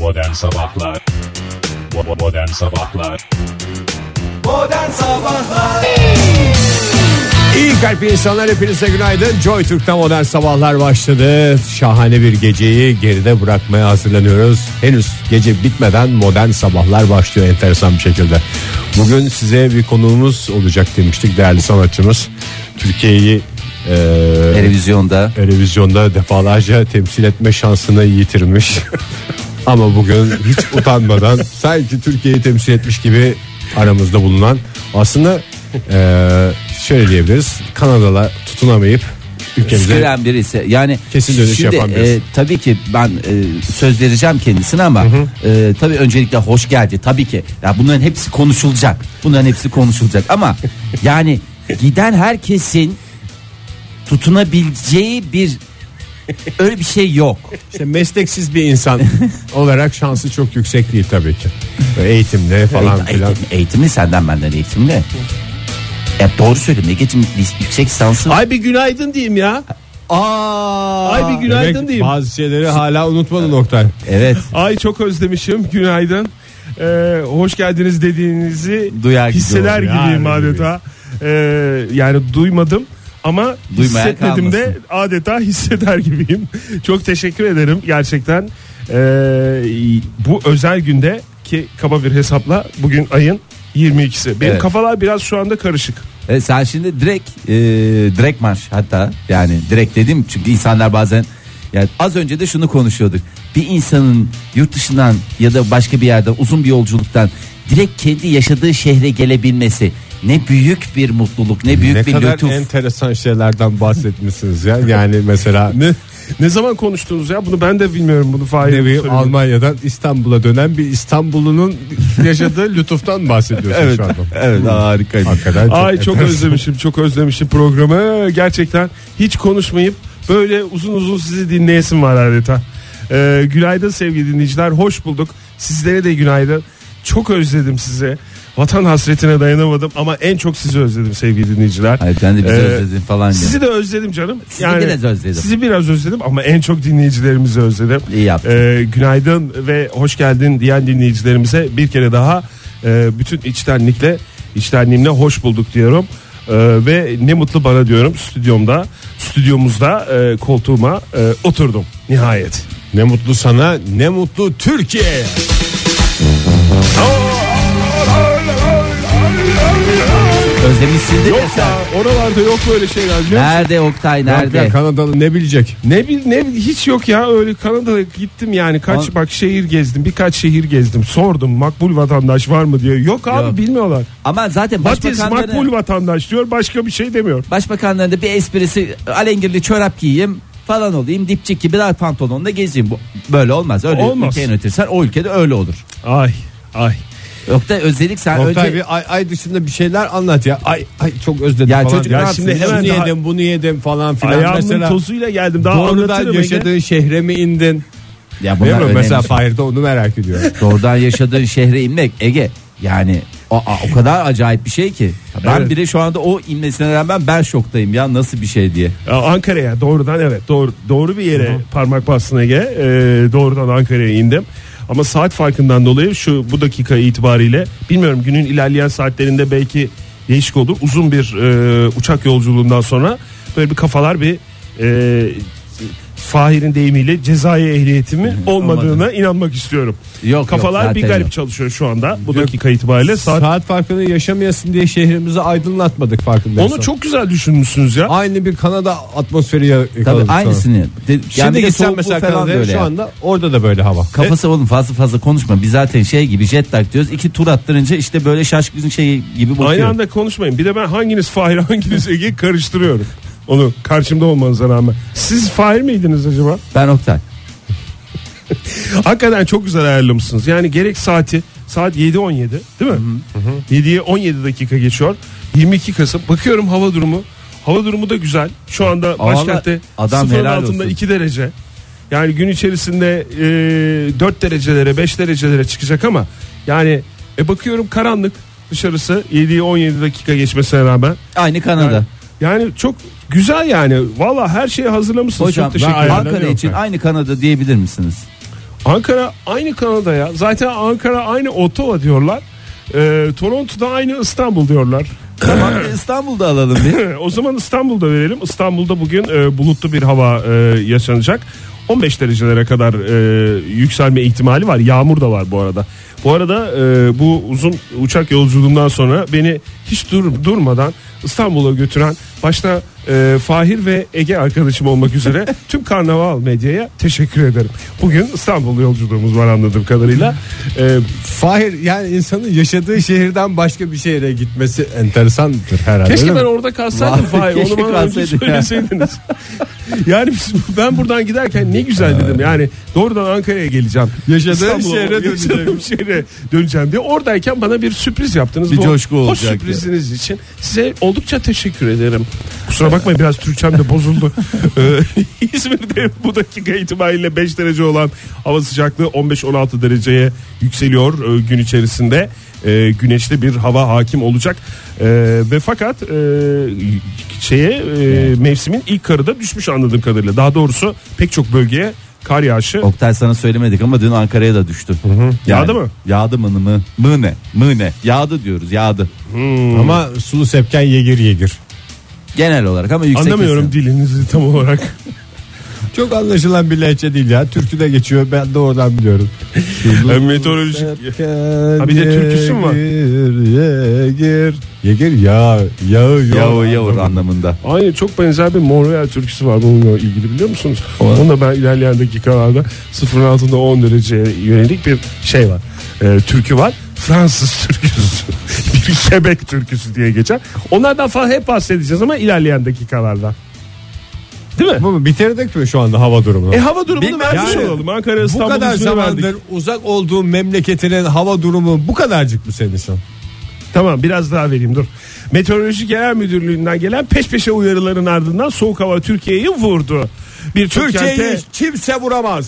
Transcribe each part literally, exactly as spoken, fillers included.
Modern Sabahlar Modern Sabahlar Modern Sabahlar İyi kalpli insanlar, hepinize günaydın. Joy Türk'te Modern Sabahlar başladı. Şahane bir geceyi geride bırakmaya hazırlanıyoruz. Henüz gece bitmeden Modern Sabahlar başlıyor enteresan bir şekilde. Bugün size bir konuğumuz olacak demiştik, değerli sanatçımız. Türkiye'yi e, Televizyonda Televizyonda defalarca temsil etme şansını yitirmiş. Ama bugün hiç utanmadan sanki Türkiye'yi temsil etmiş gibi aramızda bulunan, aslında e, şöyle diyebiliriz, Kanadalı tutunamayıp ülkemize sıkılan birisi. Yani kesin dönüş şimdi, yapan birisi. E, tabii ki ben e, söz vereceğim kendisine ama hı hı. E, tabii öncelikle hoş geldi. Tabii ki ya bunların hepsi konuşulacak. Bunların hepsi konuşulacak ama yani giden herkesin tutunabileceği bir öyle bir şey yok. İşte mesleksiz bir insan olarak şansı çok yüksek değil tabii ki. Eğitimli falan Eğitim, filan. eğitim, eğitimli senden benden eğitimli. Ya doğru söylüyorum. Ege'cim yüksek lisansı. Ay bir günaydın diyeyim ya. Aa. Ay bir günaydın Demek diyeyim. bazı şeyleri hala unutmadın Oktay. Evet. Ay çok özlemişim. Günaydın. Ee, hoş geldiniz dediğinizi Duyar gibi hisseder oldu. gibiyim Yani adeta. Ee, yani duymadım ama Duymaya hissetmedim de kalmasın. adeta hisseder gibiyim. Çok teşekkür ederim gerçekten. Ee, bu özel günde ki kaba bir hesapla bugün ayın yirmi ikisi. Benim Evet. kafalar biraz şu anda karışık. E, sen şimdi direkt e, direkt marş hatta yani direkt dedim çünkü insanlar bazen yani az önce de şunu konuşuyorduk. Bir insanın yurt dışından ya da başka bir yerden uzun bir yolculuktan direkt kendi yaşadığı şehre gelebilmesi ne büyük bir mutluluk, ne büyük Ne bir kadar lütuf. enteresan şeylerden bahsetmişsiniz ya. Yani mesela Ne ne zaman konuştunuz ya? Bunu ben de bilmiyorum, bunu Fahir. ne bileyim, söyledi. Almanya'dan İstanbul'a dönen bir İstanbul'un yaşadığı lütuftan bahsediyorsun Evet. şu anda. Evet, harika. Hakikaten çok Ay çok enteresan. özlemişim, çok özlemişim programı. Gerçekten hiç konuşmayıp böyle uzun uzun sizi dinleyesim var adeta. Ee, günaydın sevgili dinleyiciler, hoş bulduk. Sizlere de günaydın. Çok özledim sizi. Vatan hasretine dayanamadım ama en çok sizi özledim sevgili dinleyiciler. Hayır, ben de bizi Ee, özledim falan diye. Sizi de özledim canım. Sizi biraz özledim. Sizi biraz özledim ama en çok dinleyicilerimizi özledim. İyi yaptın. Ee, günaydın ve hoş geldin diyen dinleyicilerimize bir kere daha e, bütün içtenlikle, içtenliğimle hoş bulduk diyorum. Ee, ve ne mutlu bana diyorum, stüdyomda, stüdyomuzda e, koltuğuma e, oturdum nihayet. Ne mutlu sana, ne mutlu Türkiye'ye. Özlemişsindir Yok ya sen. ya, oralarda yok böyle şeyler, biliyor musun? Nerede Oktay, nerede? Ya Kanadalı ne bilecek? Ne bil ne hiç yok ya, öyle Kanada'ya gittim yani, kaç An- bak şehir gezdim, birkaç şehir gezdim, sordum makbul vatandaş var mı diye, yok abi, Yok. bilmiyorlar. Ama zaten What is makbul başbakanların, vatandaş diyor, başka bir şey demiyor. başbakanların da bir esprisi alengirli çorap giyeyim falan olayım, dipçik gibi dar pantolonla gezeyim. Bu böyle olmaz. Öyle Olmaz. ülkeyi yönetirsen o ülkede öyle olur. Ay ay. Oktay özledik sen Oktay önce. bir ay, ay dışında bir şeyler anlat ya. Ay ay çok özledim Ya falan. çocuk Ya ne yapsın? şimdi Şunu hemen daha- yedim, bunu yedim falan filan. Ayağımın Mesela tozuyla geldim, daha doğrudan anlatırım. yaşadığın şehre mi indin? Ya Değil bunlar mi? Mesela önemli. Fahir de onu merak ediyor. Doğrudan yaşadığın şehre inmek Ege. Yani o, o o kadar acayip bir şey ki. Ben Evet. bile şu anda o inmesine rağmen ben şoktayım ya, nasıl bir şey diye. Ankara'ya doğrudan, evet, doğru doğru bir yere parmak bastın Ege. Ee, doğrudan Ankara'ya indim. Ama saat farkından dolayı şu bu dakika itibariyle, bilmiyorum, günün ilerleyen saatlerinde belki değişik olur. Uzun bir e, uçak yolculuğundan sonra böyle bir kafalar bir e, Fahir'in deyimiyle cezai ehliyetimin olmadığına inanmak istiyorum. Yok, Kafalar yok, bir zaten garip yok. çalışıyor şu anda bu dakika itibariyle. Saat, Saat farkını yaşamayasın diye şehrimizi aydınlatmadık farkındaysan. onu çok güzel düşünmüşsünüz ya. Aynı bir Kanada atmosferi yakaladık. Tabii sonra. aynısını. De, Şimdi yani bir de gitsen soğukluğu mesela falan Kanada'ya böyle şu ya. anda orada da böyle hava. Kafası oğlum fazla fazla konuşma. Biz zaten şey gibi jet lag diyoruz. İki tur attırınca işte böyle şaşkın şey gibi bakıyor. Aynı anda konuşmayın. Bir de ben hanginiz Fahir hanginiz Ege karıştırıyorum. Onu karşımda olmanıza rağmen. Siz Fahir miydiniz acaba? Ben Oktay. Hakikaten çok güzel ayarlamışsınız. Yani gerek saati, saat yedi on yedi değil mi? yediye on yedi dakika geçiyor. yirmi iki Kasım. Bakıyorum hava durumu. Hava durumu da güzel. Şu anda Vallahi başkentte adam sıfırın helal altında olsun. iki derece. Yani gün içerisinde e, dört derecelere beş derecelere çıkacak ama yani e, bakıyorum karanlık dışarısı, yediye on yedi dakika geçmesine rağmen. Aynı Kanada. Yani, yani çok güzel yani. Valla her şeyi hazırlamışsınız. Hocam çok teşekkür ben ederim. Ankara için aynı Kanada diyebilir misiniz? Ankara aynı Kanada'ya. Zaten Ankara aynı Ottawa diyorlar. Ee, Toronto'da aynı İstanbul diyorlar. Tamam, İstanbul'da alalım bir. O zaman İstanbul'da verelim. İstanbul'da bugün e, bulutlu bir hava e, yaşanacak. on beş derecelere kadar e, yükselme ihtimali var. Yağmur da var bu arada. Bu arada e, bu uzun uçak yolculuğundan sonra beni hiç dur, durmadan İstanbul'a götüren başta e, Fahir ve Ege arkadaşım olmak üzere tüm Karnaval Medya'ya teşekkür ederim. Bugün İstanbul yolculuğumuz var anladığım kadarıyla. E, Fahir, yani insanın yaşadığı şehirden başka bir şehre gitmesi enteresandır herhalde. keşke değil ben mi? orada kalsaydım Vay, Fahir. keşke Onu bana önce kalsaydın ya. söyleseydiniz. Yani ben buradan giderken ne güzel dedim. Yani doğrudan Ankara'ya geleceğim. Yaşadığın İstanbul'a, şehre döneceğim. yaşadığım şehre döneceğim diye. Oradayken bana bir sürpriz yaptınız. Bir Bu coşku hoş olacaktı. sürpriziniz için size oldukça teşekkür ederim. Kusura bakmayın, biraz Türkçem de bozuldu. Ee, İzmir'de bu dakika itibariyle beş derece olan hava sıcaklığı on beş on altı dereceye yükseliyor e, gün içerisinde. E, güneşli bir hava hakim olacak. E, ve fakat e, şeye e, mevsimin ilk karı da düşmüş anladığım kadarıyla. Daha doğrusu pek çok bölgeye kar yağışı. Oktay, sana söylemedik ama dün Ankara'ya da düştü. Yani, Yağdı mı? Yağdı mı mı? Mı ne? Mı ne? Yağdı diyoruz, yağdı. Ama sulu sepken yegir yegir. Genel olarak ama yüksek Anlamıyorum kesim. dilinizi tam olarak. Çok anlaşılan bir lehçe değil ya. Türküde geçiyor, ben de oradan biliyorum. Hem meteorolojik. Ha, bir de türküsü mü var? Yegir yegir. Yegir ya yağı Yağı yavur anlamında. Aynı çok benzer bir Montreal türküsü var bununla ilgili, biliyor musunuz? Onda ben ilerleyen dakikalarda sıfırın altında on dereceye yönelik bir şey var. Ee, türkü var. Fransız türküsü. Bir Quebec türküsü diye geçer. Onlardan falan hep bahsedeceğiz ama ilerleyen dakikalarda. Değil mi? Bu bitirdik mi şu anda hava durumunu? E hava durumunu Bilmem vermiş yani. olalım. Ankara, Bu İstanbul, kadar İzmir'e zamandır verdik. uzak olduğum memleketinin hava durumu bu kadarcık mı senin için? Tamam, biraz daha vereyim dur. Meteoroloji Genel Müdürlüğü'nden gelen peş peşe uyarıların ardından soğuk hava Türkiye'yi vurdu. Birçok Türkiye'yi kente... kimse vuramaz.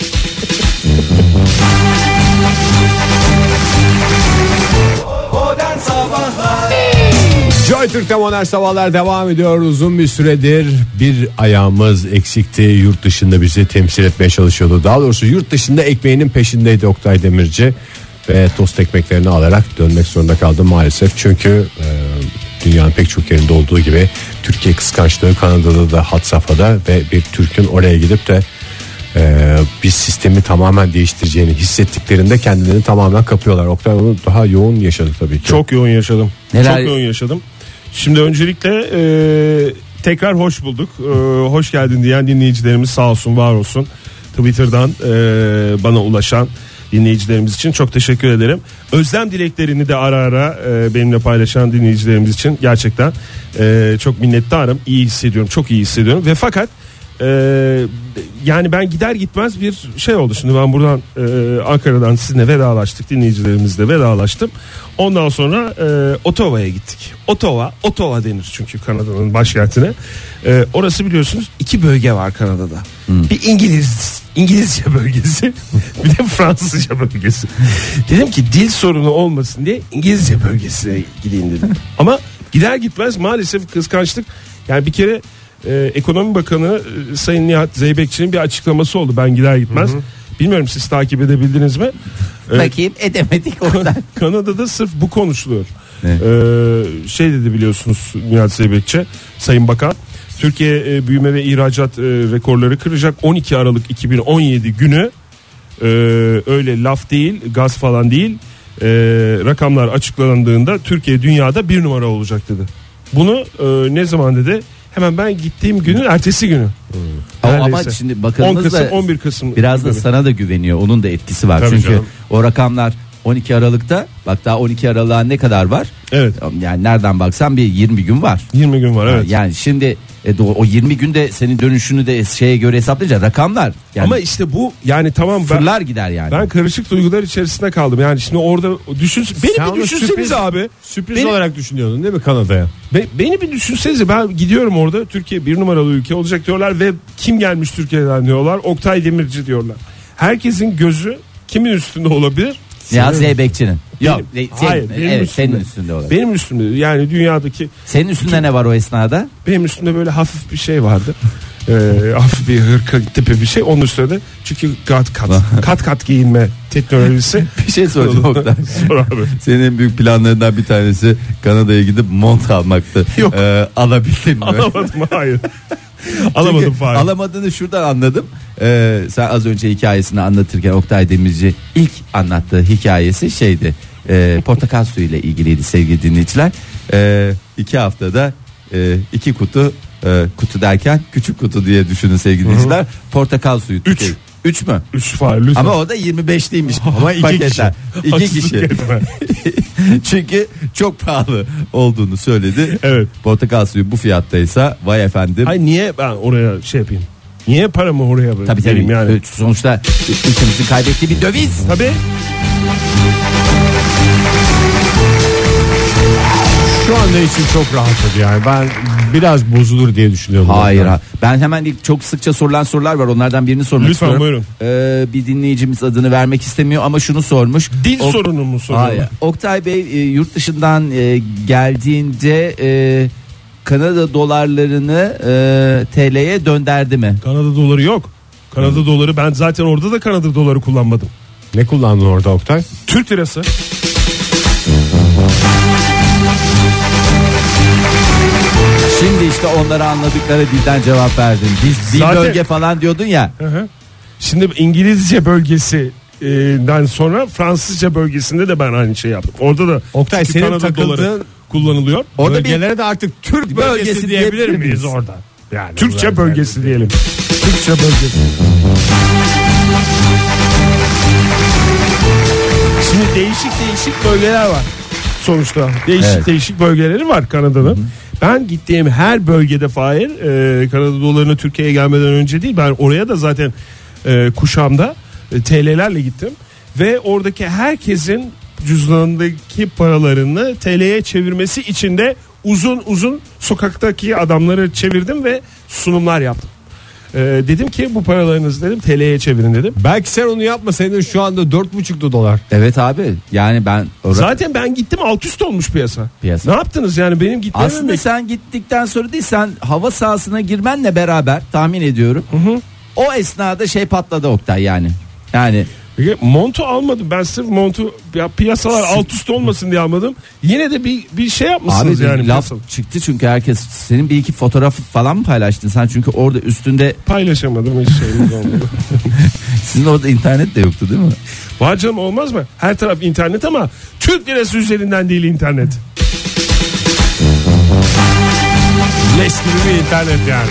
Modern Sabahlar. Joy Türk'te modern sabahlar devam ediyor. Uzun bir süredir bir ayağımız eksikti. Yurt dışında bizi temsil etmeye çalışıyordu. Daha doğrusu yurt dışında ekmeğinin peşindeydi Oktay Demirci. Ve tost ekmeklerini alarak dönmek zorunda kaldı maalesef. Çünkü e, dünyanın pek çok yerinde olduğu gibi Türkiye kıskançlığı Kanada'da da had safhada. Ve bir Türk'ün oraya gidip de e, bir sistemi tamamen değiştireceğini hissettiklerinde kendilerini tamamen kapıyorlar. Oktay onu daha yoğun yaşadı tabii ki. Çok yoğun yaşadım. Neler- Çok yoğun yaşadım. Şimdi öncelikle e, tekrar hoş bulduk. E, hoş geldin diyen dinleyicilerimiz sağ olsun, var olsun. Twitter'dan e, bana ulaşan dinleyicilerimiz için çok teşekkür ederim. Özlem dileklerini de ara ara e, benimle paylaşan dinleyicilerimiz için gerçekten e, çok minnettarım. İyi hissediyorum, çok iyi hissediyorum. Ve fakat e, yani ben gider gitmez bir şey oldu. Şimdi ben buradan e, Ankara'dan sizinle vedalaştık, dinleyicilerimizle vedalaştım. Ondan sonra e, Ottawa'ya gittik. Ottawa, Ottawa denir çünkü Kanada'nın başkentine. E, orası biliyorsunuz iki bölge var Kanada'da. Hmm. Bir İngiliz İngilizce bölgesi, bir de Fransızca bölgesi. Dedim ki dil sorunu olmasın diye İngilizce bölgesine gideyim dedim. Ama gider gitmez maalesef kıskançlık. Yani bir kere e, Ekonomi Bakanı e, Sayın Nihat Zeybekçi'nin bir açıklaması oldu ben gider gitmez. Hı hı. Bilmiyorum siz takip edebildiniz mi? Bakayım edemedik oradan. Kanada'da sırf bu konuşuluyor. Ne? Ee, şey dedi biliyorsunuz Nihat Zeybekçi, Sayın Bakan. Türkiye e, büyüme ve ihracat e, rekorları kıracak. on iki Aralık iki bin on yedi günü e, öyle laf değil, gaz falan değil. E, rakamlar açıklandığında Türkiye dünyada bir numara olacak dedi. Bunu e, ne zaman dedi? Hemen ben gittiğim günün ertesi günü. Ama, ama Neredeyse. şimdi on bakanımız Kasım da on bir Kasım biraz da gibi. sana da güveniyor. Onun da etkisi var. Tabii Çünkü canım. o rakamlar on iki Aralık'ta, bak daha on iki Aralık'a ne kadar var? Evet. Yani nereden baksan bir yirmi gün var. yirmi gün var evet. Yani şimdi e, do- o yirmi günde senin dönüşünü de şeye göre hesaplayacak rakamlar. Yani Ama işte bu yani tamam ben fırlar gider yani. ben karışık duygular içerisinde kaldım. Yani şimdi orada düşün beni Sen bir onu düşünseniz sürpriz- abi. Sürpriz Beni- olarak düşünüyordun değil mi Kanada'ya? Be- beni bir düşünsenize, ben gidiyorum orada, Türkiye bir numaralı ülke olacak diyorlar ve kim gelmiş Türkiye'den diyorlar, Oktay Demirci diyorlar. Herkesin gözü kimin üstünde olabilir? Nihat Zeybekçi'nin. Yok, Benim- e, senin, hayır, benim evet, üstümde. senin üstünde olabilir. Benim üstümde, yani dünyadaki Senin üstünde ne var o esnada? benim üstümde böyle hafif bir şey vardı. e, hafif bir hırka tipi bir şey. Onun üstüne de çünkü kat kat kat kat giyinme teknolojisi. Bir şey soracağım Oktay. Sor abi. Senin en büyük planlarından bir tanesi Kanada'ya gidip mont almaktı. Yok. Ee, alabildin mi? Alamadım, hayır. Alamadım Fahir. Alamadığını şuradan anladım. Ee, sen az önce hikayesini anlatırken Oktay Demirci ilk anlattığı hikayesi şeydi. E, portakal suyu ile ilgiliydi sevgili dinleyiciler. E, iki haftada e, iki kutu e, kutu derken küçük kutu diye düşünün sevgili dinleyiciler. Portakal suyu. Üç. Tüke- Üç mü? Üç Fahir lütfen. Ama o da yirmi beşliymiş. Ama iki paketler. kişi. İki Haksızlık kişi. etme. Çünkü çok pahalı olduğunu söyledi. Evet. Portakal suyu bu fiyattaysa vay efendim. Ay niye ben oraya şey yapayım? Niye paramı oraya Tabii tabii. vereyim yani? Sonuçta ülkemizin kaybettiği bir döviz. Tabii. Şu anda için çok rahatladı yani. Ben biraz bozulur diye düşünüyorum. Hayır Ondan. ha. Ben hemen ilk çok sıkça sorulan sorular var. Onlardan birini sormak Lütfen, istiyorum. buyurun. Ee, bir dinleyicimiz adını vermek istemiyor ama şunu sormuş. Dil Ok- sorunu mu soruyorlar? Hayır. Oktay Bey e, yurt dışından e, geldiğinde e, Kanada dolarlarını e, T L'ye dönderdi mi? Kanada doları yok. Kanada doları, ben zaten orada da Kanada doları kullanmadım. Ne kullandın orada Oktay? Türk lirası. Şimdi işte onlara anladıkları dilden cevap verdin. Biz dil Zaten- bölge falan diyordun ya. Hı hı. Şimdi İngilizce bölgesinden sonra Fransızca bölgesinde de ben aynı şey yaptım. Orada da Oktay, çünkü senin Kanada takıldığın doları kullanılıyor. Orada bölgelere de artık Türk bölgesi, bölgesi diyebilir diyebilir miyiz miyiz? orada? Yani Türkçe zaten- bölgesi diyelim. Türkçe bölgesi. Şimdi değişik değişik bölgeler var. Sonuçta değişik Evet. değişik bölgeleri var Kanada'nın. Ben gittiğim her bölgede Fahir, e, Kanada dolarını Türkiye'ye gelmeden önce değil, ben oraya da zaten e, kuşamda e, T L'lerle gittim ve oradaki herkesin cüzdanındaki paralarını T L'ye çevirmesi için de uzun uzun sokaktaki adamları çevirdim ve sunumlar yaptım. E, dedim ki bu paralarınızı dedim T L'ye çevirin dedim. Belki sen onu yapmasaydın şu anda dört buçuktu dolar. Evet abi. Yani ben orada... Zaten ben gittim alt üst olmuş piyasa. Piyasa. Ne yaptınız yani benim gitmem Aslında mi? sen gittikten sonra değil, sen hava sahasına girmenle beraber tahmin ediyorum. O esnada şey patladı Oktay yani. Yani Peki, montu almadım. Ben sırf montu ya piyasalar alt üst olmasın diye almadım. Yine de bir bir şey abi yapmışsınız bir yani. laf piyasa. çıktı çünkü herkes senin bir iki fotoğrafı falan mı paylaştın sen, çünkü orada üstünde Paylaşamadım hiç şeyimiz olmadı. sizin orada internet de yoktu değil mi? Var canım, olmaz mı? Her taraf internet ama Türk lirası üzerinden değil internet. Leş gibi bir internet yani.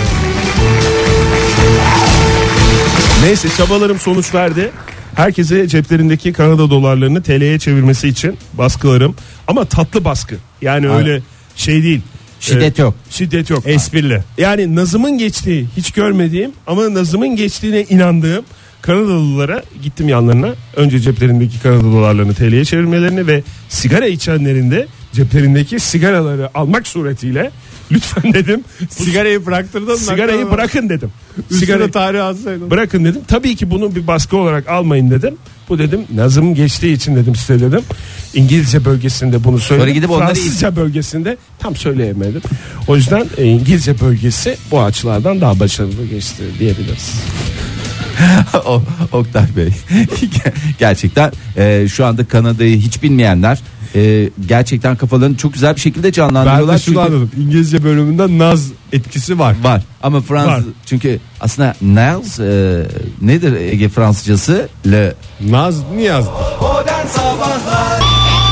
Neyse, çabalarım sonuç verdi. Herkese ceplerindeki Kanada dolarlarını T L'ye çevirmesi için baskılarım. Ama tatlı baskı. Yani Ha. öyle şey değil. Şiddet Ee, yok. Şiddet yok. Esprili. Yani Nazım'ın geçtiği, hiç görmediğim ama Nazım'ın geçtiğine inandığım Kanadalılara gittim yanlarına. Önce ceplerindeki Kanada dolarlarını T L'ye çevirmelerini ve sigara içenlerin de ceplerindeki sigaraları almak suretiyle lütfen dedim. Sigarayı bıraktırdın mı? Sigarayı bırakın dedim. Sigara Sigarayı tarihi alsaydın. bırakın dedim. Tabii ki bunu bir baskı olarak almayın dedim. Bu dedim Nazım geçtiği için dedim size dedim. İngilizce bölgesinde bunu söyledim. Sonra gidip onları Fransızca bölgesinde tam söyleyemedim. O yüzden e, İngilizce bölgesi bu açılardan daha başarılı geçti diyebiliriz. O- Oktay Bey gerçekten e, şu anda Kanada'yı hiç bilmeyenler e, gerçekten kafalarını çok güzel bir şekilde Ben canlandırıyorlar. de şunu Çünkü anladım. İngilizce bölümünde naz etkisi var. var ama Fransız Var. çünkü aslında Nels e, nedir Ege Fransızcası? Le Naz niyaz. Modern Sabahlar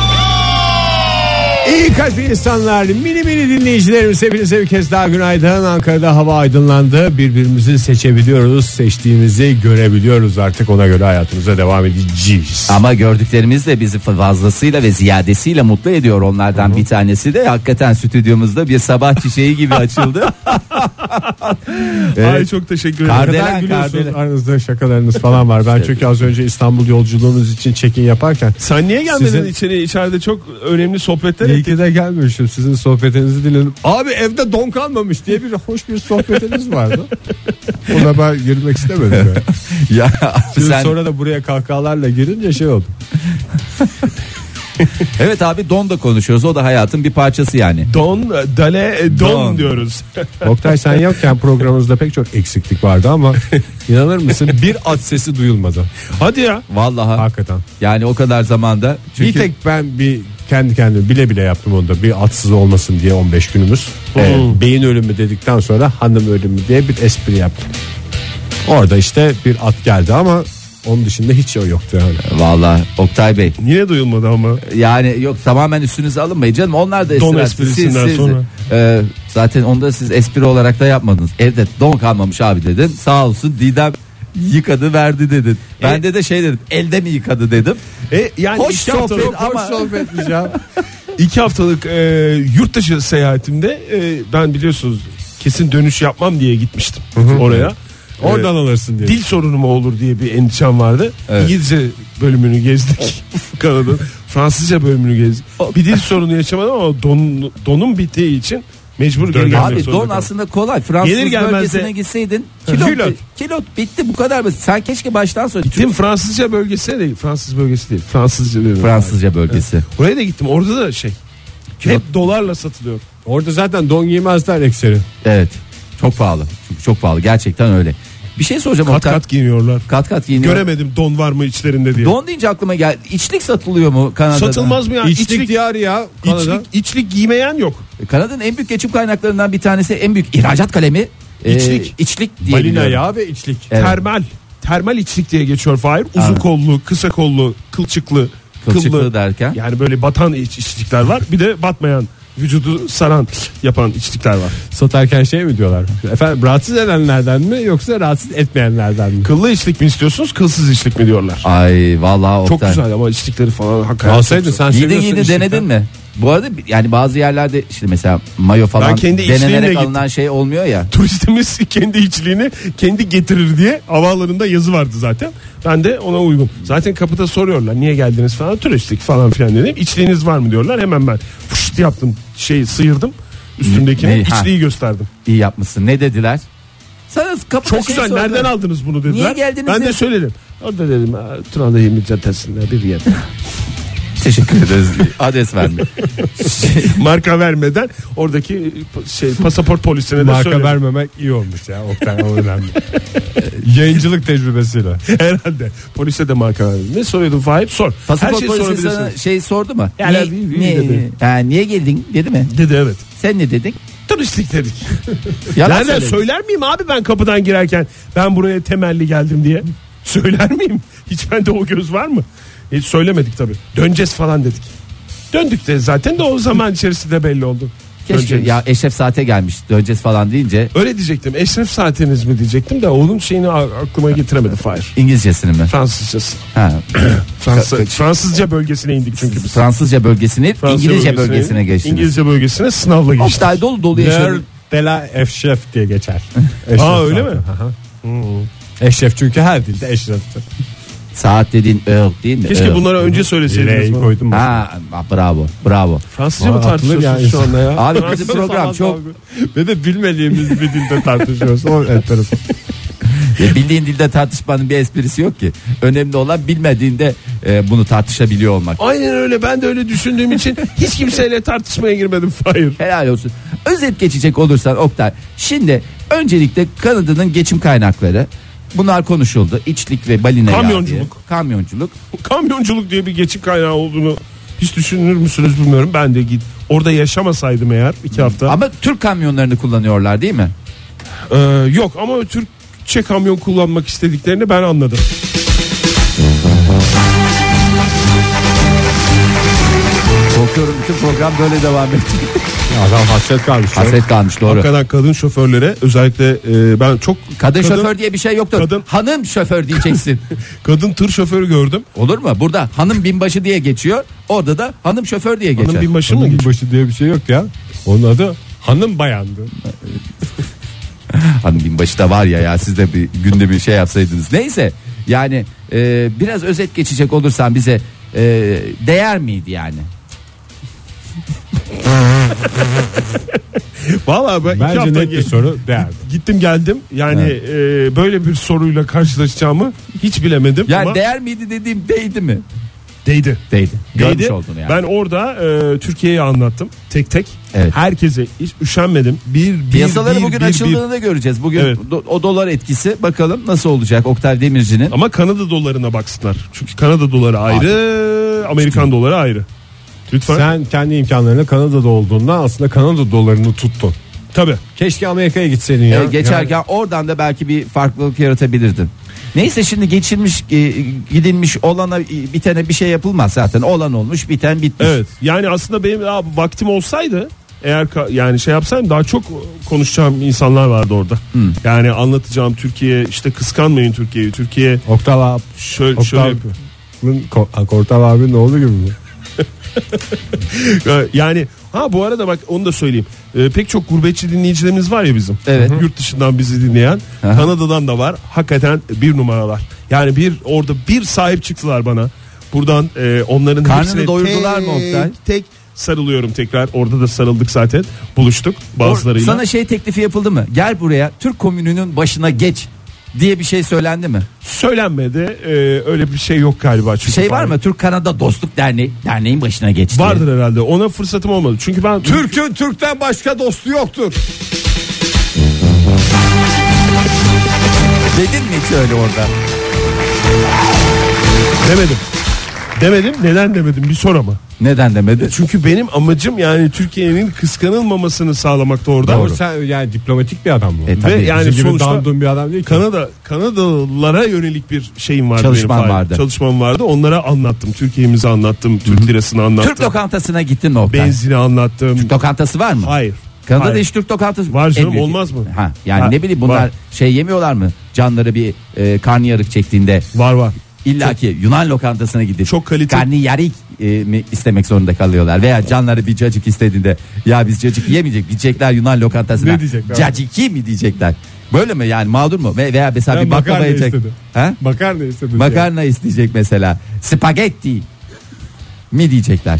İyi kalpli insanlar, mini mini dinleyicilerimiz, hepinize bir kez daha günaydın. Ankara'da hava aydınlandı. Birbirimizi seçebiliyoruz. Seçtiğimizi görebiliyoruz. Artık ona göre hayatımıza devam edeceğiz. ama gördüklerimiz de bizi fazlasıyla ve ziyadesiyle mutlu ediyor. Onlardan bir tanesi de hakikaten stüdyomuzda bir sabah çiçeği gibi açıldı. Ay çok teşekkür ederim. Kardelen, Neden gülüyorsunuz? kardelen. Aranızda şakalarınız falan var. Ben çünkü az önce İstanbul yolculuğunuz için check-in yaparken Sen niye gelmedin Sizin- içeri? İçeride çok önemli sohbetler iyi ettik. ki de gelmemişim. Sizin sohbetinizi dinledim. Abi evde don kalmamış diye bir hoş bir sohbetiniz vardı. Ona ben girmek istemedim. Yani. Ya Şimdi sen sonra da buraya kahkahalarla girince şey oldu. Evet abi, don da konuşuyoruz. O da hayatın bir parçası yani. Don, dale, don, Don. diyoruz. Oktay sen yokken programımızda pek çok eksiklik vardı ama inanır mısın bir at sesi duyulmadı. Hadi ya. Vallahi. Hakikaten. Yani o kadar zamanda. Çünkü Bir tek ben bir kendi kendime bile bile yaptım onu da, bir atsız olmasın diye on beş günümüz. Evet. Beyin ölümü dedikten sonra hanım ölümü diye bir espri yaptım. Orada işte bir at geldi ama onun dışında hiç o yoktu yani. vallahi Oktay Bey. Niye duyulmadı ama? Yani yok, tamamen üstünüze alınmayın canım. Onlar da Don esir- esprisinden sonra. e, zaten onu da siz espri olarak da yapmadınız. Evde don kalmamış abi dedin. Sağ olsun Didem yıkadı verdi dedin. Ben de de şey dedim, elde mi yıkadı dedim. E, yani Hoş iki haftalık, sohbet ama- Hoş sohbetmiş ya. iki haftalık e, yurt dışı seyahatimde e, ben biliyorsunuz kesin dönüş yapmam diye gitmiştim oraya. Oradan alırsın diye. Dil sorunu mu olur diye bir endişem vardı. Evet. İngilizce bölümünü gezdik Kanada'nın. Fransızca bölümünü gezdik. Bir dil sorunu yaşamadım ama don, donum bittiği için mecbur geri gelmek Abi zorunda don kaldım. aslında kolay. Fransız Gelir gelmez bölgesine de- gitseydin kilot, Kilot. kilot bitti, bu kadar basit. Sen keşke baştan sonra Gittim Fransızca bölgesine değil. Fransız bölgesi değil. Fransızca dedim. Fransızca bölgesi. Oraya da gittim. Orada da şey. Hep dolarla satılıyor. Orada zaten don giymezler ekseri. Evet. Çok pahalı. Çünkü çok pahalı. Gerçekten öyle. Bir şey soracağım. Kat Oktay. kat giyiniyorlar. kat kat giyiniyor. Göremedim don var mı içlerinde diye. Don deyince aklıma geldi. İçlik satılıyor mu Kanada'da? Satılmaz mı ya? İçlik, İçlik, diyarı ya Kanada. içlik, içlik giymeyen yok. Kanada'nın en büyük geçim kaynaklarından bir tanesi, en büyük ihracat kalemi e, İçlik. içlik diye Balina biliyorum. yağı ve içlik. Evet. Termal. Termal içlik diye geçiyor Fahir. Uzun Anladım. kollu, kısa kollu, kılçıklı, Kılçıklı kıllı. derken? Yani böyle batan iç, içlikler var. Bir de batmayan, vücudu saran yapan içlikler var. Satarken şey mi diyorlar? Efendim rahatsız edenlerden mi yoksa rahatsız etmeyenlerden mi? Kıllı içlik mi istiyorsunuz, kılsız içlik mi diyorlar. Ay vallahi Çok Oktay. güzel ama içlikleri falan hakikaten Alsaydın çok sen Giydin seviyorsun giydin içlikten. denedin mi? Bu arada yani bazı yerlerde işte mesela mayo falan Ben kendi içliğimle denenerek gittim. alınan şey olmuyor ya. Turistimiz kendi içliğini kendi getirir diye havaalanında yazı vardı zaten. Ben de ona uygun. Zaten kapıda soruyorlar niye geldiniz falan, turistik falan filan dedim. İçliğiniz var mı diyorlar. Hemen ben fışt yaptım, şeyi sıyırdım. Üstümdekini Ne? Ha. içliği gösterdim. İyi yapmışsın. Ne dediler? Sana kapıda Çok şey güzel, sordular. nereden aldınız bunu dediler. Niye geldiniz Ben de diye- söyledim. O da dedim Tuna'da yirmi caddesinde bir yer. Teşekkür ederiz. Adres verme. Marka vermeden oradaki şey pasaport polisine de Marka söyledim. vermemek iyi olmuş ya Oktay, o önemli. Yayıncılık tecrübesiyle. Herhalde. Polise de marka vermedim. Ne soruyordun Fahip? Sor. Pasaport Her şeyi polisi sorabilirsin. sana şey sordu mu? Yani niye, bir- bir niye, dedi. ha, niye geldin dedi mi? Dedi evet. Sen ne dedin? Turistik dedik. Yalan Nereden söyledin. söyler miyim abi ben kapıdan girerken ben buraya temelli geldim diye? Söyler miyim? Hiç bende o göz var mı? Hiç söylemedik tabii. Döneceğiz falan dedik. Döndük de zaten de o zaman içerisinde belli oldu. Keşke Döneceğiz. ya Eşref saate gelmiş döneceğiz falan deyince Öyle diyecektim. Eşref saatiniz mi diyecektim de onun şeyini a- aklıma getiremedi Fahir. İngilizcesini mi? Fransızcası. Ha. Fransız, Fransızca bölgesine indik çünkü biz. Fransızca bölgesini Fransızca İngilizce bölgesine geçtiniz. İngilizce bölgesine sınavla geçtik. Oktay dolu dolu Ler yaşadık. de la Eşref diye geçer. Eşref Aa, öyle zaten. mi? Aha. Eşref çünkü her dilde eşreftir. Saat dediğin ök değil mi? Keşke Ök. bunları önce söyleseydiniz. Dileği bana. koydum mu? Ha bravo bravo. Fransızca mı Aa, tartışıyorsunuz atılır ya şu anda ya? Abi bizim Fransızca program falan çok dalga. Ve de bilmediğimiz bir dilde tartışıyoruz. O enteresan. Ya bildiğin dilde tartışmanın bir esprisi yok ki. Önemli olan bilmediğinde e, bunu tartışabiliyor olmak. Aynen öyle, ben de öyle düşündüğüm için hiç kimseyle tartışmaya girmedim Fahir. Helal olsun. Özet geçecek olursan Oktay. Şimdi öncelikle Kanada'nın geçim kaynakları. Bunlar konuşuldu. İçlik ve balina yağı Kamyonculuk. diye. Kamyonculuk. Kamyonculuk diye bir geçim kaynağı olduğunu hiç düşünür müsünüz bilmiyorum. Ben de git orada yaşamasaydım eğer iki hafta. Ama Türk kamyonlarını kullanıyorlar değil mi? Ee, yok ama Türkçe kamyon kullanmak istediklerini ben anladım. Korkuyorum bütün program böyle devam edecek. Adam hasret kalmış. Hasret kalmış doğru. Hakikaten kadın şoförlere özellikle e, ben çok Kadın, şoför diye bir şey yoktur. kadın- Hanım şoför diyeceksin. kadın tır şoförü gördüm. Olur mu? Burada hanım binbaşı diye geçiyor. Orada da hanım şoför diye geçer. Hanım binbaşı mı Hanım geçiyor? başı diye bir şey yok ya. Onun adı hanım bayandı. Hanım binbaşı da var ya ya siz de bir günde bir şey yapsaydınız. Neyse yani e, biraz özet geçecek olursan bize e, değer miydi yani? Vallahi ben iki Bence hafta net bir ge- soru değerli. gittim geldim. Yani e, böyle bir soruyla karşılaşacağımı hiç bilemedim Yani ama değer miydi dediğim değdi mi? Değdi. Değdi. Görmüş Değdi. oldun yani. Ben orada e, Türkiye'yi anlattım tek tek. Evet. Herkese hiç üşenmedim. Bir, bir, Piyasaları bir, bugün bir, açıldığını bir. da göreceğiz. Bugün Evet. do- o dolar etkisi bakalım nasıl olacak Oktay Demirci'nin. Ama Kanada dolarına baksınlar. Çünkü Kanada doları ayrı, Amerikan doları ayrı. Lütfen. Sen kendi imkanlarına Kanada'da olduğundan aslında Kanada dolarını tuttun. Tabii. Keşke Amerika'ya gitseydin ya. Ee, geçerken Yani oradan da belki bir farklılık yaratabilirdin. Neyse şimdi geçilmiş e, gidilmiş olana e, bitene bir şey yapılmaz zaten. Olan olmuş, biten bitmiş. Evet. Yani aslında benim daha vaktim olsaydı eğer ka- yani şey yapsaydım daha çok konuşacağım insanlar vardı orada. Yani anlatacağım Türkiye işte kıskanmayın Türkiye'yi. Türkiye Oktav abi. şöyle şöyle Oktav yapıyor. Ko- Kortav abinin oğlu gibi mi? Yani ha bu arada bak onu da söyleyeyim. Ee, pek çok gurbetçi dinleyicilerimiz var ya bizim. Evet. Yurt dışından bizi dinleyen. Aha. Kanada'dan da var. Hakikaten bir numaralar. Yani bir orada bir sahip çıktılar bana. Buradan e, onların Karnını hepsine doyurdular mı Oktay? tek, tek sarılıyorum tekrar. Orada da sarıldık zaten. Buluştuk Or- bazılarıyla. Sana şey teklifi yapıldı mı? Gel buraya Türk komününün başına geç diye bir şey söylendi mi? Söylenmedi. Ee, öyle bir şey yok galiba. Çünkü Şey var falan. mı? Türk Kanada Dostluk Derneği derneğin başına geç diye. Vardır herhalde. Ona fırsatım olmadı. Çünkü ben Türk'ün Türk'ten başka dostu yoktur. Dedin mi hiç öyle orada? demedim. Demedim. Neden demedim? Bir sor ama. Neden demedi? Çünkü benim amacım yani Türkiye'nin kıskanılmamasını sağlamakta orada. Doğru. Sen yani diplomatik bir adam bu. E, tabii. Ve yani Bizim gibi sonuçta dandun bir adam değil ki. Kanada Kanadalılara yönelik bir şeyim vardı. Çalışman benim, vardı. Çalışmam vardı. Onlara anlattım. Türkiye'mizi anlattım. Türk lirasını anlattım. Türk lokantasına gittin mi Oktay? Benzini anlattım. Türk lokantası var mı? Hayır. Kanada'da Hayır. hiç Türk lokantası Var canım, En büyük- olmaz mı? Ha, yani Ha, ne bileyim bunlar var. şey yemiyorlar mı? Canları bir e, karnıyarık çektiğinde Var var. illa ki Yunan lokantasına gidip Çok kalite- karnıyarık e, mi istemek zorunda kalıyorlar veya canları bir cacık istediğinde ya biz cacık yemeyecek gidecekler Yunan lokantasına. Ne diyecekler? Caciki mi diyecekler? Böyle mi yani mağdur mu? Ve veya mesela Ben bir baklava makarna yiyecek. istedim. Ha? Makarna istedim. Makarna isteyecek mesela. Spagetti mi diyecekler?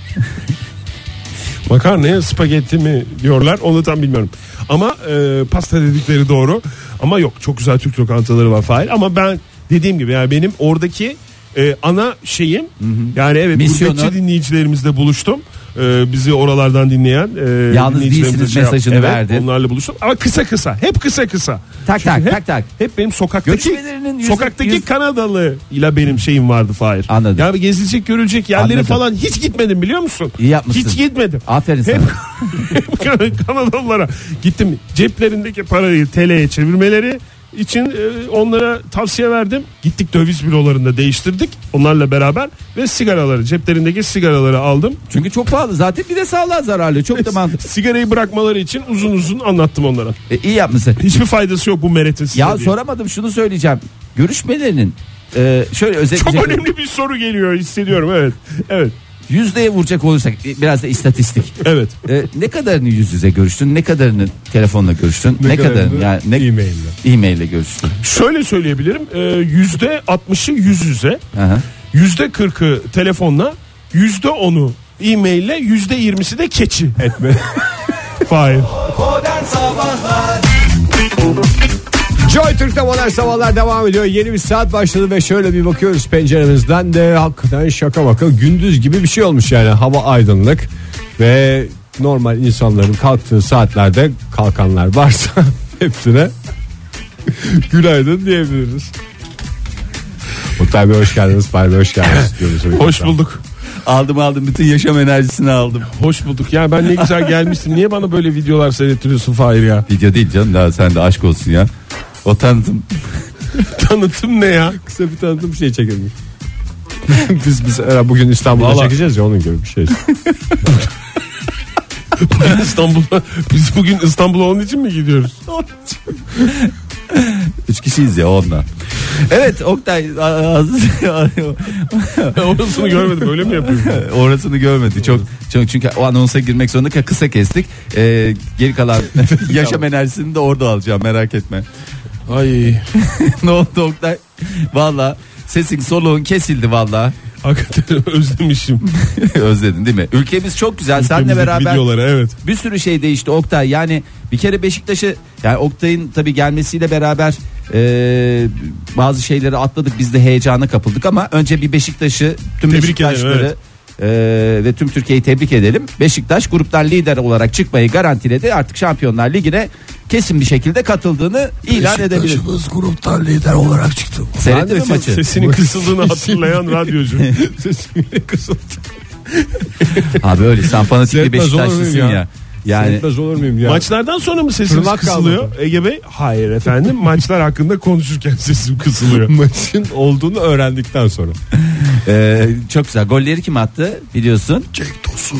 Makarnaya spagetti mi diyorlar onu tam bilmiyorum. Ama e, pasta dedikleri doğru. Ama yok çok güzel Türk lokantaları var Fahir. Ama ben dediğim gibi yani benim oradaki e, ana şeyim yani evet Misyonu. gurbetçi dinleyicilerimizle buluştum. E, bizi oralardan dinleyen e, Yalnız dinleyicilerimize değilsiniz şey yap- mesajını evet, verdin. onlarla buluştum. Ama kısa kısa hep kısa kısa. Tak Çünkü tak hep, tak tak. Hep benim sokaktaki Göçmenlerinin yüzde- sokaktaki yüz- Kanadalı ile benim şeyim vardı Fahir. Anladım. Yani gezilecek görülecek yerleri Anladım. falan hiç gitmedim biliyor musun? İyi yapmışsın. Hiç gitmedim. Aferin Hep, sana. hep Kanadalılara gittim ceplerindeki parayı T L'ye çevirmeleri için e, onlara tavsiye verdim. Gittik döviz bürolarında değiştirdik onlarla beraber ve sigaraları ceplerindeki sigaraları aldım. Çünkü çok pahalı zaten bir de sağlığa zararlı. Çok da mantıklı. Sigarayı bırakmaları için uzun uzun anlattım onlara. E, iyi yapmışsın. Hiçbir faydası yok bu meretin size Ya diye. soramadım şunu söyleyeceğim. Görüşmelerinin e, şöyle Çok özetleyecek. önemli bir soru geliyor hissediyorum evet. Evet. Yüzdeye vuracak olursak e, biraz da istatistik. Evet. E, ne kadarını yüz yüze görüştün? Ne kadarını telefonla görüştün? Ne, kadarını yani ne E-mail'le. e-maille görüştün? Şöyle söyleyebilirim. e, yüzde altmışı yüz yüze, Aha. yüzde kırkı telefonla, yüzde onu e-maille, yüzde yirmisi de keçi etme. Fahir. Modern Sabahlar Joy Türk'te modern sabahlar devam ediyor. Yeni bir saat başladı ve şöyle bir bakıyoruz penceremizden de hakikaten şaka baka gündüz gibi bir şey olmuş yani. Hava aydınlık ve normal insanların kalktığı saatlerde kalkanlar varsa hepsine günaydın diyebiliriz. Oktay Bey hoş geldiniz. Fahir Bey hoş geldiniz. diyoruz. Hoş bulduk. Aldım aldım bütün yaşam enerjisini aldım. Hoş bulduk. Ya ben ne güzel gelmiştim. Niye bana böyle videolar seyrettiriyorsun Fahir ya? Video değil canım daha sen de aşk olsun ya. O tanıtım. Tanıtım ne ya? Kısa bir tanıtım şey çekelim. biz biz herhalde bugün İstanbul'da Vallahi- çekeceğiz ya onun gibi bir şey. Bugün İstanbul'a, biz bugün İstanbul'a onun için mi gidiyoruz? Üç kişiyiz ya ondan. Evet Oktay Orasını görmedim öyle mi yapıyorsun? orasını görmedi çok, çok çünkü o anonsa girmek zorunda kısa kestik. Ee, geri kalan yaşam enerjisini de orada alacağım merak etme. Ay. Ne oldu Oktay? Valla sesin soluğun kesildi valla. Hakikaten özlemişim. Özledin değil mi? Ülkemiz çok güzel. Seninle Ülkemizdeki beraber videoları, evet. bir sürü şey değişti Oktay. Yani bir kere Beşiktaş'ı yani Oktay'ın tabii gelmesiyle beraber Ee, bazı şeyleri atladık, biz de heyecana kapıldık ama önce bir Beşiktaş'ı, tüm Tebrik Beşiktaşları ederim, evet. e, ve tüm Türkiye'yi tebrik edelim. Beşiktaş gruptan lider olarak çıkmayı garantiledi. Artık Şampiyonlar Ligi'ne kesin bir şekilde katıldığını ilan edebilir. Beşiktaş'ımız gruptan lider olarak çıktı. Seyrettin mi Ben de maçı? Sesinin kısıldığını hatırlayan radyocu. Sesimi kısıldı. Abi öyle, sen fanatik bir Seyretmez olur muyum Beşiktaşlısın ya? ya. Yani Seyretmez olur muyum ya? Maçlardan sonra mı sesiniz Tırnak kısılıyor kalmadı. Ege Bey? Hayır efendim, maçlar hakkında konuşurken sesim kısılıyor. Maçın olduğunu öğrendikten sonra. e, çok güzel. Golleri kim attı biliyorsun? Cenk Tosun.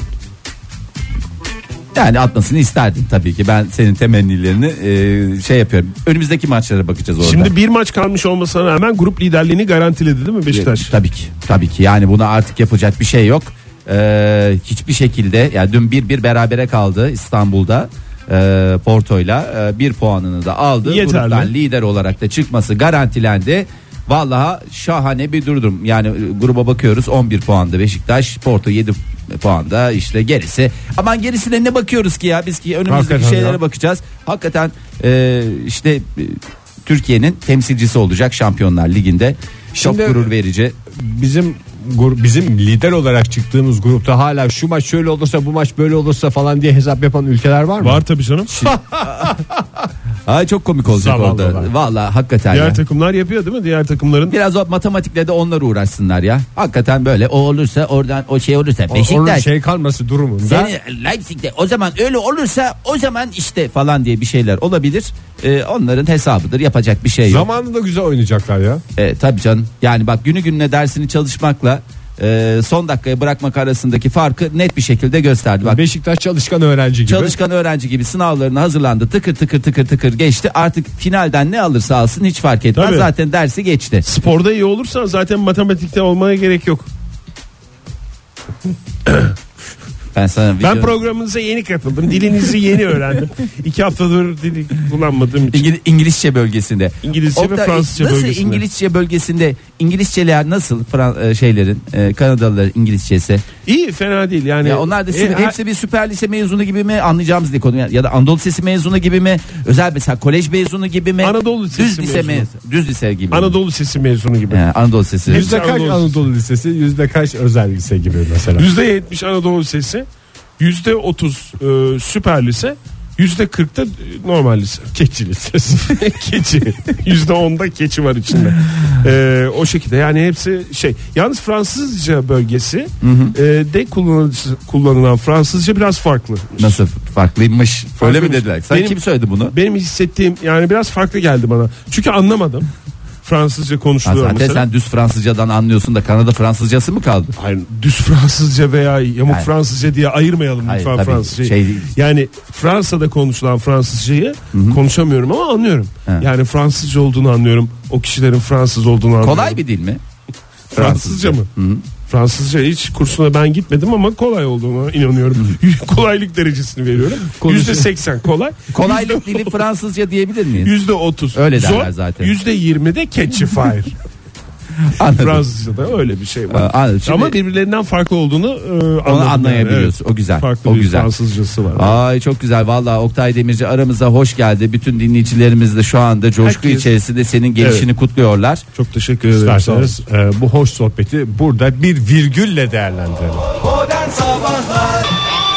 Yani atmasını isterdim tabii ki. Ben senin temennilerini e, şey yapıyorum. Önümüzdeki maçlara bakacağız orada. Şimdi bir maç kalmış olmasına rağmen grup liderliğini garantiledi değil mi Beşiktaş? Tabii ki. Tabii ki. Yani buna artık yapacak bir şey yok. Ee, hiçbir şekilde, yani dün bir bir berabere kaldı İstanbul'da e, Porto'yla e, bir puanını da aldı. Yeterli. Gruptan lider olarak da çıkması garantilendi. Vallahi şahane bir durum. Yani e, gruba bakıyoruz, on bir puanda Beşiktaş, Porto yedi puanda, işte gerisi. Aman gerisine ne bakıyoruz ki ya, biz ki önümüzdeki Hakikaten şeylere ya. bakacağız. Hakikaten e, işte e, Türkiye'nin temsilcisi olacak Şampiyonlar Ligi'nde. Çok Şimdi- gurur verici. Bizim gur- bizim lider olarak çıktığımız grupta hala şu maç şöyle olursa bu maç böyle olursa falan diye hesap yapan ülkeler var mı? Var tabii canım. Ay çok komik olacak Zavallılar. orada. Vallahi hakikaten Diğer ya. takımlar yapıyor değil mi? Diğer takımların. Biraz o matematikle de onlar uğraşsınlar ya. Hakikaten böyle o olursa oradan o şey olursa O- Onun Beşiktaş şey kalması durumunda. seni Leipzig'te o zaman öyle olursa o zaman işte falan diye bir şeyler olabilir. Ee, onların hesabıdır, yapacak bir şey yok. Zamanında güzel oynayacaklar ya. Ee, tabii canım. Yani bak, günü gününe dersini çalışmakla e, son dakikaya bırakmak arasındaki farkı net bir şekilde gösterdi. Bak, Beşiktaş çalışkan öğrenci gibi. çalışkan öğrenci gibi sınavlarına hazırlandı, tıkır tıkır tıkır tıkır geçti. Artık finalden ne alırsa alsın hiç fark etmez. Tabii. Zaten dersi geçti. Sporda iyi olursan zaten matematikte olmaya gerek yok. Ben sana Ben video- programınıza yeni katıldım. Dilinizi yeni öğrendim. İki haftadır dili kullanmadığım için. İngil- İngilizce bölgesinde. İngilizce ve Oktay, Fransızca nasıl bölgesinde. İngilizce bölgesinde İngilizceler nasıl Fran- e, şeylerin e, Kanadalıların İngilizcesi? İyi, fena değil yani. Ya onlar da sü- E, ha- hepsi bir süper lise mezunu gibi mi, anlayacağımız diye konu, ya da Anadolu Lisesi mezunu gibi mi, özel mesela kolej mezunu gibi mi, Anadolu Lisesi düz lise mezunu. mez- düz lise gibi mi? Anadolu Lisesi mezunu gibi. He, Anadolu Lisesi. Yüz- Yüzde kaç Anadolu Anadolu Lisesi, yüzde kaç özel lise gibi mesela. Yüzde yetmiş Anadolu Lisesi, yüzde otuz e, süper lise, yüzde kırkta e, normal lise. Keçi lisesi. Keçi. Yüzde onda keçi var içinde. E, o şekilde yani hepsi şey. Yalnız Fransızca bölgesi e, de kullanılan, kullanılan Fransızca biraz farklı. Nasıl farklıymış? Öyle mi Farklıymış. dediler? Sen Benim- kim söyledi bunu? Benim hissettiğim yani biraz farklı geldi bana. Çünkü anlamadım. Fransızca Ha, konuşuluyor zaten mesela. sen düz Fransızcadan anlıyorsun da Kanada Fransızcası mı kaldı? Hayır, düz Fransızca veya yamuk Hayır. Fransızca diye ayırmayalım Hayır, lütfen tabii, Fransızcayı. şey değil. Yani Fransa'da konuşulan Fransızcayı konuşamıyorum ama anlıyorum. Ha. Yani Fransızca olduğunu anlıyorum. O kişilerin Fransız olduğunu anlıyorum. Kolay bir dil mi? Fransızca mı? Hı hı. Fransızca hiç kursuna ben gitmedim ama kolay olduğuna inanıyorum. Kolaylık derecesini veriyorum. Yüzde seksen kolay. Kolaylık dili Fransızca diyebilir miyiz? Yüzde otuz Öyle zor. derler zaten. Yüzde yirmi de catchy fire. Anladım. Fransızca'da öyle bir şey var. Aa, anladım. Şimdi Ama birbirlerinden farklı olduğunu e, onu anladım anlayabiliyorsun. yani. O güzel. Farklı o bir güzel. Fransızcası var. Ay çok güzel. Vallahi Oktay Demirci aramıza hoş geldi. Bütün dinleyicilerimiz de şu anda coşku Herkes- içerisinde senin gelişini kutluyorlar. Çok teşekkür ederim. Sağ olun. İsterseniz e, bu hoş sohbeti burada bir virgülle değerlendirelim. Modern Sabahlar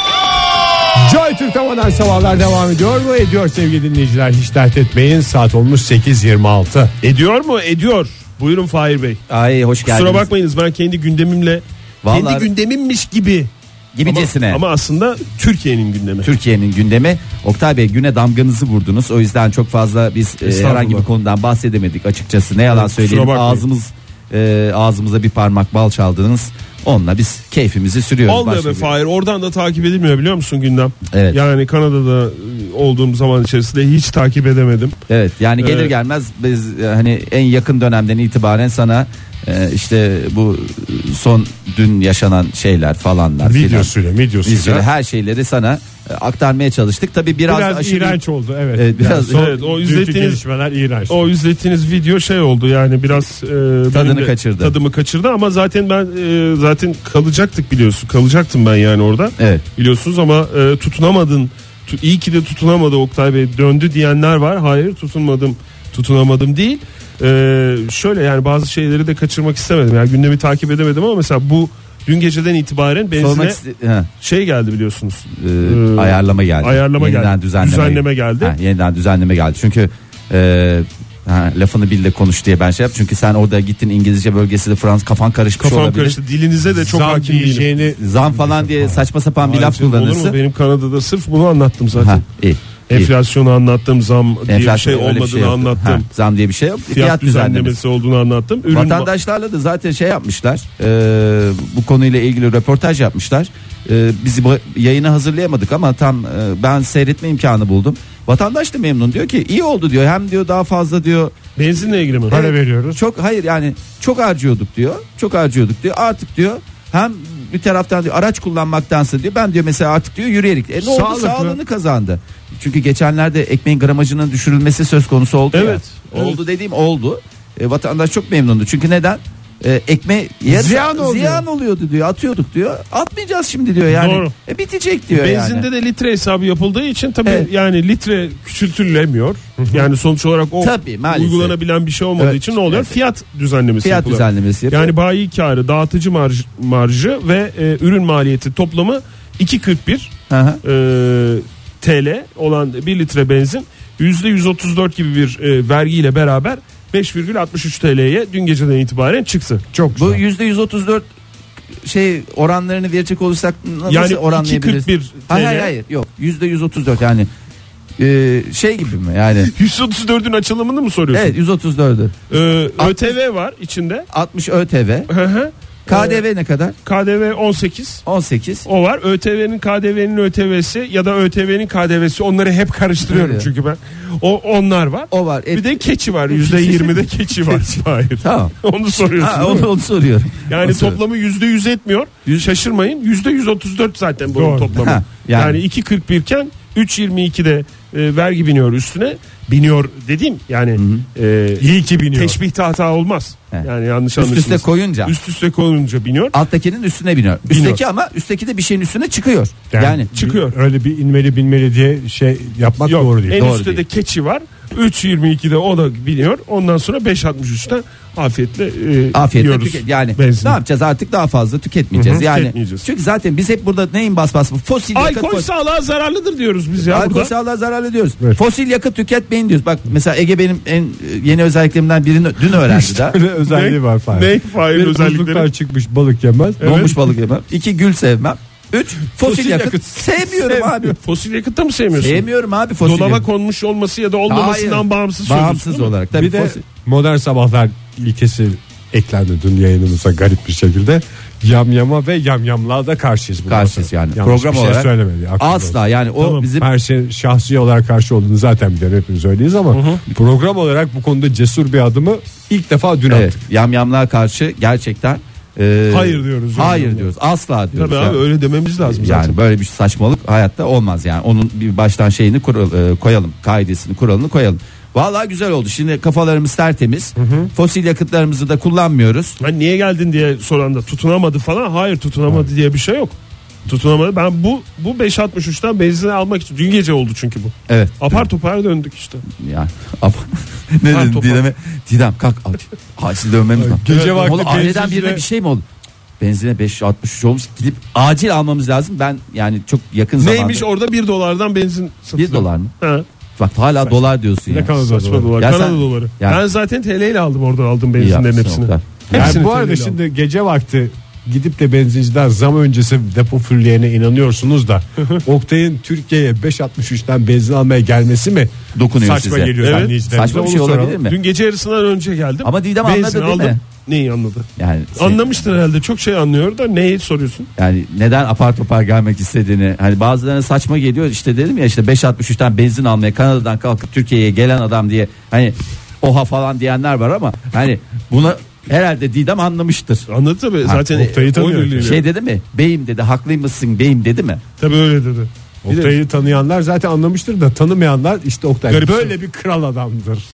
Joy Türk'te modern sabahlar devam ediyor mu? Ediyor sevgili dinleyiciler, hiç dert etmeyin. Saat olmuş sekiz yirmi altı. Ediyor mu? Ediyor. Buyurun Fahir Bey. Ay hoş geldiniz. Kusura bakmayınız, ben kendi gündemimle Vallahi- kendi gündemimmiş gibi Gibicesine. ama, ama aslında Türkiye'nin gündemi. Türkiye'nin gündemi. Oktay Bey, güne damganızı vurdunuz. O yüzden çok fazla biz e, Estağfurullah. herhangi bir konudan bahsedemedik açıkçası. Ne yalan Evet, kusura söyleyelim. bakmayın. Ağzımız e, ağzımıza bir parmak bal çaldınız. Onunla biz keyfimizi sürüyoruz. Olmuyor Başka be bir- Fahir, oradan da takip edilmiyor biliyor musun gündem? Evet. Yani Kanada'da e, olduğum zaman içerisinde hiç takip edemedim. Evet, yani gelir Evet. gelmez biz e, hani en yakın dönemden itibaren sana e, işte bu son dün yaşanan şeyler falanlar filan. Videosuyla, videosuyla. Videosuyla her şeyleri sana e, aktarmaya çalıştık. Tabii biraz, Biraz, aşırı iğrenç oldu, evet. Evet, biraz- son Evet, o dünkü izlettiğiniz- gelişmeler iğrenç. O izlettiğiniz video şey oldu yani biraz e, benim Tadını de kaçırdı. Tadımı kaçırdı ama zaten ben e, zaten kalacaktık biliyorsun. Kalacaktım ben yani orada. Evet. Biliyorsunuz ama e, tutunamadın. Tu, iyi ki de tutunamadı Oktay Bey. Döndü diyenler var. Hayır, tutunmadım tutunamadım değil. Ee, şöyle yani bazı şeyleri de kaçırmak istemedim. Yani gündemi takip edemedim ama mesela bu dün geceden itibaren benzine iste- şey geldi biliyorsunuz. Ee, Ee, ayarlama geldi. Ayarlama yeniden geldi. Düzenleme, Düzenleme geldi. Ha, yeniden düzenleme geldi. Çünkü e, ha, lafını bil de konuş diye ben şey yap. Çünkü sen orada gittin İngilizce bölgesi de Fransız kafan karışmış Kafam olabilir. karıştı. Dilinize de çok Zam hakim değilim. diyeceğini Zam falan diye saçma sapan bir Hayır laf canım, olur mu? kullanırsın. Benim Kanada'da sırf bunu anlattım zaten. Ha, iyi. iyi. Enflasyonu anlattım, zam diye bir Enflasyon şey öyle bir olmadığını şey yok. anlattım. Ha, zam diye bir şey yok. Fiyat, Fiyat düzenlemesi. düzenlemesi olduğunu anlattım. Ürün Vatandaşlarla da zaten şey yapmışlar. E, bu konuyla ilgili röportaj yapmışlar. E, bizi bu yayına hazırlayamadık ama tam e, ben seyretme imkanı buldum. Vatandaş da memnun, diyor ki iyi oldu diyor. Hem diyor daha fazla diyor. benzinle ilgili mi? para veriyoruz. Çok hayır yani çok harcıyorduk diyor. Çok harcıyorduk diyor. Artık diyor hem bir taraftan diyor araç kullanmaktansa diyor ben diyor mesela artık diyor yürüyerek. E ne oldu? Sağlıklı. Sağlığını kazandı. Çünkü geçenlerde ekmeğin gramajının düşürülmesi söz konusu oldu ya. Evet, evet. Oldu dediğim oldu. E, vatandaş çok memnundu. Çünkü neden? E, ekmeği yarısı- Ziyan oluyor. ziyan oluyordu diyor. Atıyorduk diyor. Atmayacağız şimdi diyor yani. Doğru. E, bitecek diyor Benzinde yani. de litre hesabı yapıldığı için tabii Evet. yani litre küçültülemiyor. Yani sonuç olarak o Tabii, maalesef. uygulanabilen bir şey olmadığı Evet. için ne oluyor? Evet. Fiyat düzenlemesi Fiyat yapılıyor. düzenlemesi yapıyor. Yani bayi karı, dağıtıcı marj, marjı ve e, ürün maliyeti toplamı iki virgül kırk bir Hı hı. e, T L olan bir litre benzin yüzde yüz otuz dört gibi bir e, vergiyle beraber beş virgül altmış üç T L'ye dün geceden itibaren çıktı. Çok güzel. Bu yüzde yüz otuz dört şey oranlarını verecek olursak nasıl Yani oranlayabiliriz? iki virgül kırk bir Hayır T L. hayır hayır yok yüzde yüz otuz dört yani e, şey gibi mi yani? yüz otuz dördün açılımını mı soruyorsun? Evet yüz otuz dördü. Ee, ÖTV var içinde. altmış ÖTV. Hı hı. K D V ne kadar? K D V on sekiz. on sekiz. O var. ÖTV'nin K D V'nin ÖTV'si ya da ÖTV'nin K D V'si, onları hep karıştırıyorum Öyle. çünkü ben. O onlar var. O var. Bir de keçi var. yüzde yirmide keçi var. Hayır. Tamam. Onu soruyorsun. Ha, değil mi? onu, onu soruyorum. Yani Onu soruyorum. toplamı yüzde yüz etmiyor. Şaşırmayın. yüzde yüz otuz dört zaten bunun Doğru. toplamı. Ha, yani yani. iki virgül kırk bir iken üç virgül yirmi ikide e, vergi biniyor üstüne. Biniyor dediğim yani e, İyi ki biniyor. teşbihte hata olmaz. He. Yani yanlış Üst anlaşılmasın. üste koyunca. Üst üste koyunca biniyor. Alttakinin üstüne biniyor. Biniyor. Üstteki ama üstteki de bir şeyin üstüne çıkıyor. Yani, çıkıyor. Öyle bir inmeli binmeli diye şey yapmak Yok, doğru değil. en Doğru üstte de değil. keçi var. üç virgül yirmi ikide o da biniyor. Ondan sonra beş virgül altmış üçte afiyetle e, afiyetle yiyoruz tüket yani benzin. ne yapacağız artık daha fazla tüketmeyeceğiz. Hı hı, yani tüketmeyeceğiz. çünkü zaten biz hep burada neyin bas bas fosil yakıt Alkol fosil- sağlığa zararlıdır diyoruz biz ya Alkol burada. sağlığa zararlı diyoruz. Evet. Fosil yakıt tüketmeyin diyoruz. Bak mesela Ege benim en e, yeni özelliklerimden birini dün öğrendi de. Öyle özelliği var Fahir. Ne? Fahir'in Bir özellikleri? buzluklar çıkmış balık yemez. Evet. Donmuş balık yemem. İki gül sevmem. Üç fosil, Fosil yakıt. yakıt. Sevmiyorum abi. Fosil yakıt da mı sevmiyorsun? Sevmiyorum abi fosil Dolaba yakıt. konmuş olması ya da olmamasından Hayır. bağımsız söylüyorsun, Bağımsız değil mi? olarak. Tabii Bir de fosil. modern sabahlar ilkesi eklendi dün yayınımıza garip bir şekilde. Yamyama ve yamyamlığa da karşıyız. bundan Karşıyız sonra. yani. Yanlış Program bir şey olarak söylemedi. aklımda olsun. Asla yani o Tamam. bizim Her şey şahsi olarak karşı olduğunu zaten biliyorum, hepimiz öyleyiz ama program olarak bu konuda cesur bir adımı ilk defa dün evet, attık. yamyamlığa karşı gerçekten e, Hayır diyoruz Hayır yamyamlığa. diyoruz. Asla diyoruz. Tabii ya. abi öyle dememiz lazım zaten. Yani böyle bir saçmalık hayatta olmaz yani. Onun bir baştan şeyini kural, e, koyalım. Kaidesini, kuralını koyalım. Vallahi güzel oldu. Şimdi kafalarımız tertemiz. Fosil yakıtlarımızı da kullanmıyoruz. Hani niye geldin diye soran da tutunamadı falan. Hayır, tutunamadı diye bir şey yok. Tutunamadı. Ben bu bu beş altmış üçten benzin almak için dün gece oldu çünkü bu. Evet. Apar topar döndük işte. Yani ab- ne Apar dedim topar. Didem'e? Didem kalk acil, acil dönmemiz lazım. Gece vakti Oğlum, aileden benzincide- birine bir şey mi oldu? Benzine beş altmış üç olmuş, gidip acil almamız lazım. Ben yani çok yakın zamanda. Neymiş orada bir dolardan benzin satılıyor. bir dolar mı? Ha, Bak hala dolar diyorsun Ne ya. kadar saçma dolar. dolar. Ya Kanada sen- doları. Yani- Ben zaten T L ile aldım, oradan aldım İyi benzinlerin yapmışsın, hepsini. Oktay. Yani Hepsini bu arada T L 'ile şimdi gece vakti gidip de benzinciden zam öncesi depo fulleyene inanıyorsunuz da Oktay'ın Türkiye'ye beş altmış üçten benzin almaya gelmesi mi Dokunuyor saçma size. geliyor Evet. dinleyicilerimize? Saçma bir Onu şey soralım. olabilir mi? Dün gece yarısından önce geldim. Ama Didem Benzin anladı değil aldım. mi? Neyi anladı? Yani sen- Anlamıştır herhalde, çok şey anlıyor da neyi soruyorsun? Yani neden apar topar gelmek istediğini, hani bazılarına saçma geliyor, işte dedim ya, işte beş altmış üçten benzin almaya Kanada'dan kalkıp Türkiye'ye gelen adam diye hani oha falan diyenler var ama hani bunu herhalde Didem anlamıştır. Anladı tabii, zaten Oktay'ı tanıyor. oy birliğiyle. Şey dedi mi? Beyim dedi, haklıymışsın beyim dedi mi? Tabii öyle dedi. Bir de- Oktay'ı tanıyanlar zaten anlamıştır da tanımayanlar işte Oktay Garip böyle bir kral adamdır.